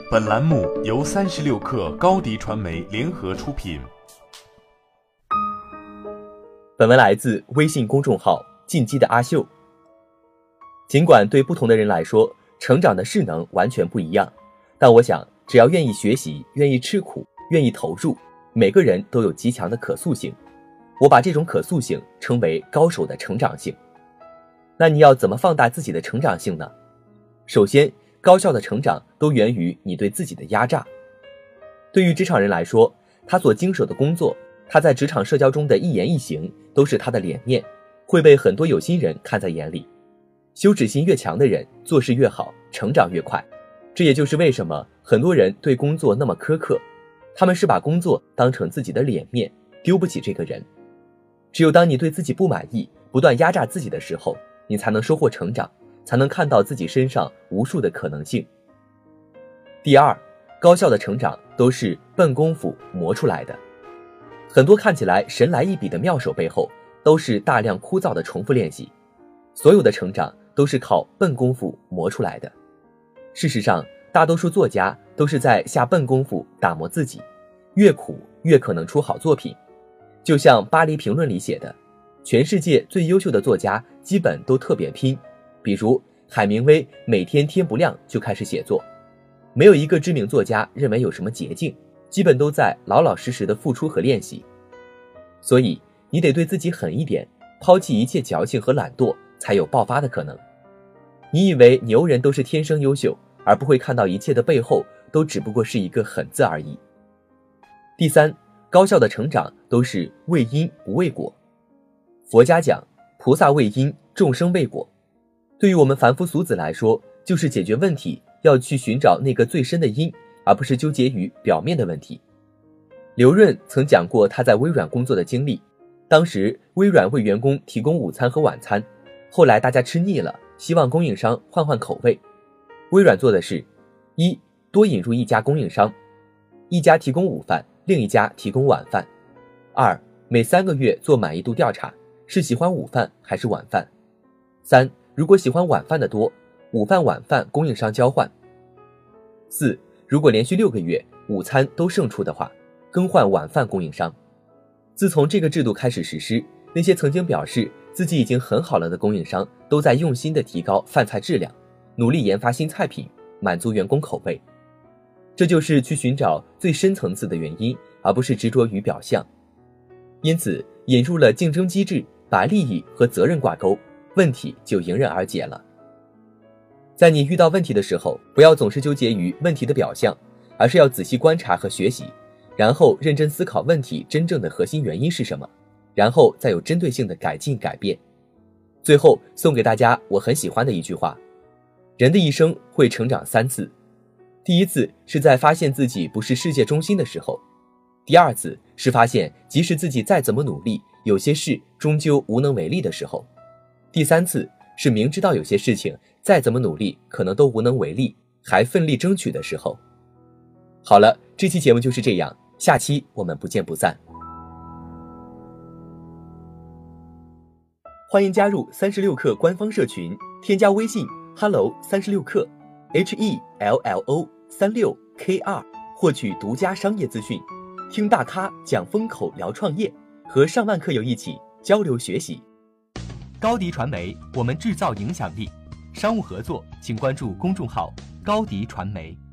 本栏目由36氪高迪传媒联合出品。 本文来自微信公众号进击的阿秀。尽管对不同的人来说，成长的势能完全不一样，但我想只要愿意学习，愿意吃苦，愿意投入，每个人都有极强的可塑性。我把这种可塑性称为高手的成长性。那你要怎么放大自己的成长性呢？首先，高效的成长都源于你对自己的压榨。对于职场人来说，他所经手的工作，他在职场社交中的一言一行都是他的脸面，会被很多有心人看在眼里。羞耻心越强的人，做事越好，成长越快。这也就是为什么很多人对工作那么苛刻，他们是把工作当成自己的脸面，丢不起这个人。只有当你对自己不满意，不断压榨自己的时候，你才能收获成长，才能看到自己身上无数的可能性。第二，高效的成长都是笨功夫磨出来的。很多看起来神来一笔的妙手背后，都是大量枯燥的重复练习。所有的成长都是靠笨功夫磨出来的。事实上，大多数作家都是在下笨功夫打磨自己，越苦越可能出好作品。就像巴黎评论里写的，全世界最优秀的作家基本都特别拼，比如海明威每天天不亮就开始写作。没有一个知名作家认为有什么捷径，基本都在老老实实的付出和练习。所以你得对自己狠一点，抛弃一切矫情和懒惰，才有爆发的可能。你以为牛人都是天生优秀，而不会看到一切的背后都只不过是一个狠字而已。第三，高效的成长都是为因不为果。佛家讲，菩萨为因，众生为果。对于我们凡夫俗子来说，就是解决问题要去寻找那个最深的因，而不是纠结于表面的问题。刘润曾讲过他在微软工作的经历，当时微软为员工提供午餐和晚餐，后来大家吃腻了，希望供应商换换口味。微软做的是：一，多引入一家供应商，一家提供午饭，另一家提供晚饭；二，每3个月做满意度调查，是喜欢午饭还是晚饭；三，如果喜欢晚饭的多，午饭晚饭供应商交换；四，如果连续6个月午餐都胜出的话，更换晚饭供应商。自从这个制度开始实施，那些曾经表示自己已经很好了的供应商都在用心地提高饭菜质量，努力研发新菜品，满足员工口味。这就是去寻找最深层次的原因，而不是执着于表象。因此，引入了竞争机制，把利益和责任挂钩，问题就迎刃而解了。在你遇到问题的时候，不要总是纠结于问题的表象，而是要仔细观察和学习，然后认真思考问题真正的核心原因是什么，然后再有针对性的改进改变。最后送给大家我很喜欢的一句话：人的一生会成长3次，第一次是在发现自己不是世界中心的时候，第二次是发现即使自己再怎么努力，有些事终究无能为力的时候，第三次是明知道有些事情再怎么努力可能都无能为力，还奋力争取的时候。好了，这期节目就是这样，下期我们不见不散。欢迎加入36氪官方社群，添加微信 hello 36氪 HELLO36K2，获取独家商业资讯，听大咖讲风口聊创业，和上万客友一起交流学习。高迪传媒，我们制造影响力。商务合作请关注公众号高迪传媒。